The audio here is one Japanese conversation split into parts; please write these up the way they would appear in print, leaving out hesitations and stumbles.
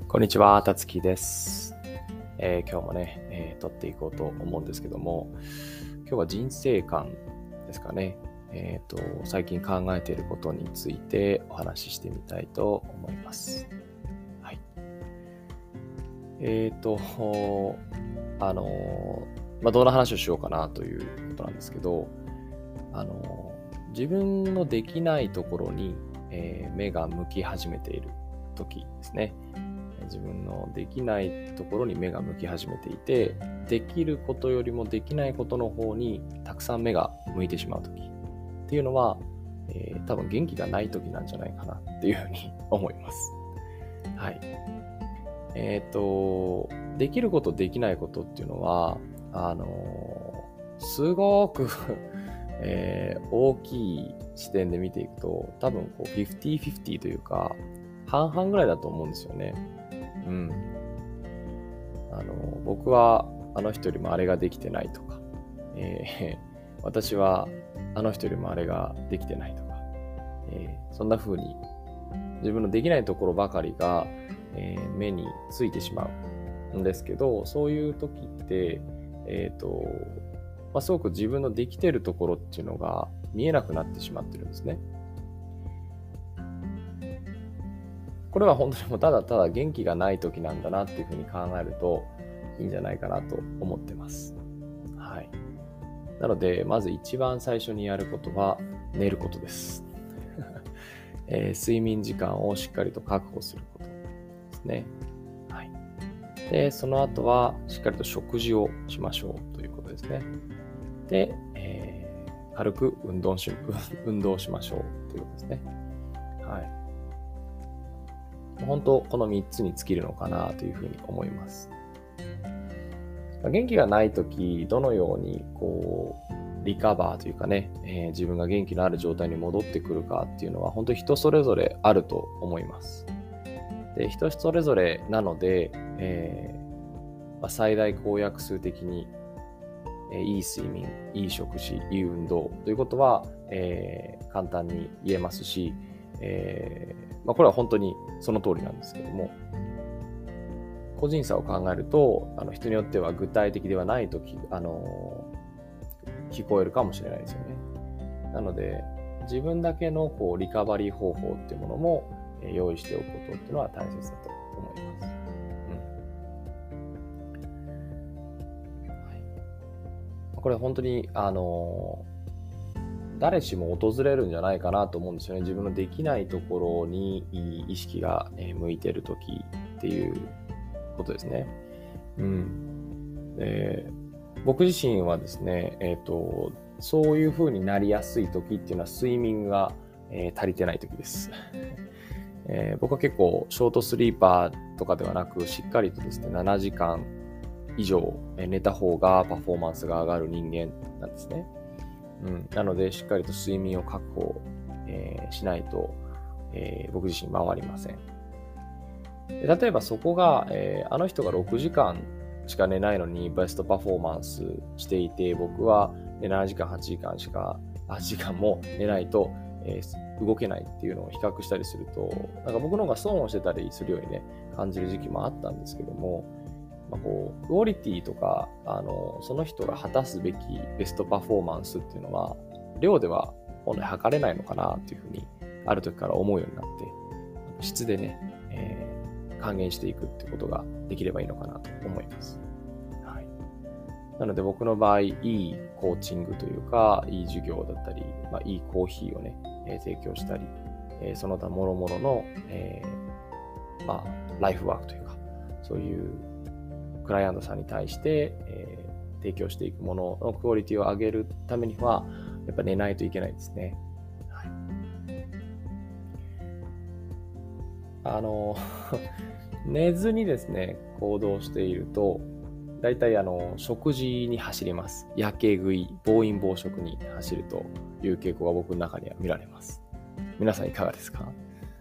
こんにちは、たつきです。今日もね、撮っていこうと思うんですけども、今日は人生観ですかね。最近考えていることについてお話ししてみたいと思います。はい。どんな話をしようかなということなんですけど、自分のできないところに、目が向き始めている時ですね。自分のできないところに目が向き始めていて、できることよりもできないことの方にたくさん目が向いてしまうときっていうのは、多分元気がないときなんじゃないかなっていうふうに思います。はい。できることできないことっていうのは、すごく大きい視点で見ていくと、多分こう50-50というか、半々ぐらいだと思うんですよね。僕はあの人よりもあれができてないとか、私はあの人よりもあれができてないとか、そんな風に自分のできないところばかりが、目についてしまうんですけど、そういう時って、すごく自分のできてるところっていうのが見えなくなってしまってるんですね。これは本当にもうただただ元気がない時なんだなっていうふうに考えるといいんじゃないかなと思ってます。はい。なので、まず一番最初にやることは寝ることです。睡眠時間をしっかりと確保することですね。はい。で、その後はしっかりと食事をしましょうということですね。で、軽く運動しましょうということですね。はい。本当この3つに尽きるのかなというふうに思います。元気がないとき、どのようにリカバーというかね、自分が元気のある状態に戻ってくるかっていうのは本当に人それぞれあると思います。で、人それぞれなので、最大公約数的に、いい睡眠、いい食事、いい運動ということは、簡単に言えますし、これは本当にその通りなんですけども、個人差を考えると人によっては具体的ではないと聞こえるかもしれないですよね。なので自分だけのリカバリー方法っていうものも用意しておくことっていうのは大切だと思います。はい、これは本当に誰しも訪れるんじゃないかなと思うんですよね。自分のできないところに意識が向いているときっていうことですね。僕自身はですね、そういう風になりやすいときっていうのは睡眠が足りてないときです。僕は結構ショートスリーパーとかではなく、しっかりとですね、7時間以上寝た方がパフォーマンスが上がる人間なんですね。なのでしっかりと睡眠を確保、しないと、僕自身回りません。例えばそこが、あの人が6時間しか寝ないのにベストパフォーマンスしていて、僕は7時間8時間も寝ないと、動けないっていうのを比較したりすると、なんか僕の方が損をしてたりするようにね感じる時期もあったんですけども、クオリティとかその人が果たすべきベストパフォーマンスっていうのは量では本来測れないのかなっていうふうにある時から思うようになって、質でね、還元していくってことができればいいのかなと思います。はい。なので僕の場合、いいコーチングというか、いい授業だったり、いいコーヒーをね、提供したり、その他諸々の、ライフワークというか、そういうクライアントさんに対して、提供していくもののクオリティを上げるためには、やっぱ寝ないといけないですね。はい。寝ずにですね、行動していると、だいたい食事に走ります。夜景食い、暴飲暴食に走るという傾向が僕の中には見られます。皆さんいかがですか？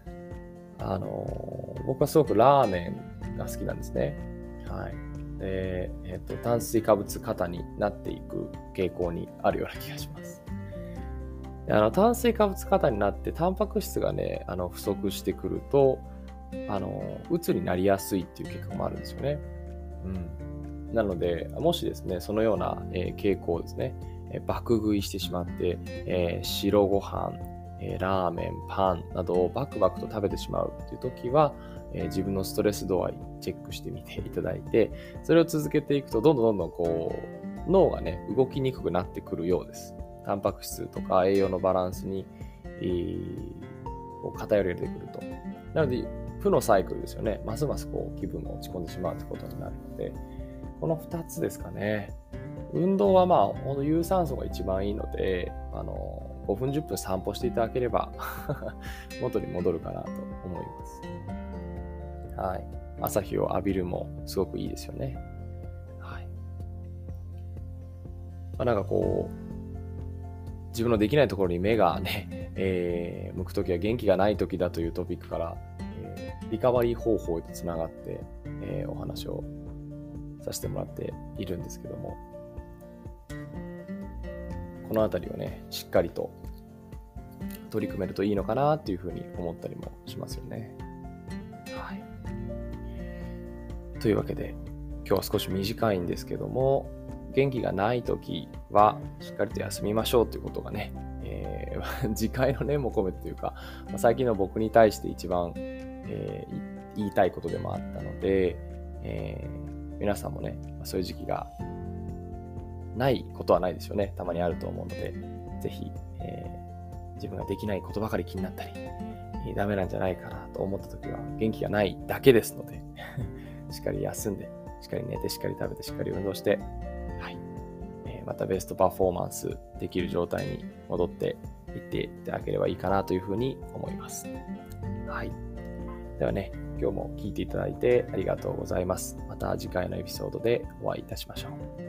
僕はすごくラーメンが好きなんですね。はい。炭水化物過多になっていく傾向にあるような気がします。炭水化物過多になってタンパク質がね不足してくると、 鬱になりやすいっていう結果もあるんですよね。なので、もしですね、そのような、傾向ですね、爆食いしてしまって、白ご飯、ラーメン、パンなどをバクバクと食べてしまうっていう時は、自分のストレス度合いチェックしてみていただいて、それを続けていくとどんどんこう脳がね動きにくくなってくるようです。タンパク質とか栄養のバランスに、こう偏りが出てくると。なので負のサイクルですよね。ますますこう気分が落ち込んでしまうということになるので、この2つですかね。運動はほんと有酸素が一番いいので、5分10分散歩していただければ元に戻るかなと思います。はい。朝日を浴びるもすごくいいですよね。はい。なんかこう、自分のできないところに目がね、向くときは元気がないときだというトピックから、リカバリー方法へとつながって、お話をさせてもらっているんですけども、このあたりをね、しっかりと取り組めるといいのかなっていうふうに思ったりもしますよね。はい。というわけで、今日は少し短いんですけども、元気がないときはしっかりと休みましょうということがね、次回の念も込めてというか、最近の僕に対して一番、言いたいことでもあったので、皆さんもね、そういう時期がないことはないですよね。たまにあると思うので、ぜひ、自分ができないことばかり気になったり、ダメなんじゃないかなと思ったときは、元気がないだけですので、しっかり休んで、しっかり寝て、しっかり食べて、しっかり運動して、はい。またベストパフォーマンスできる状態に戻っていっていただければいいかなというふうに思います。はい。ではね、今日も聞いていただいてありがとうございます。また次回のエピソードでお会いいたしましょう。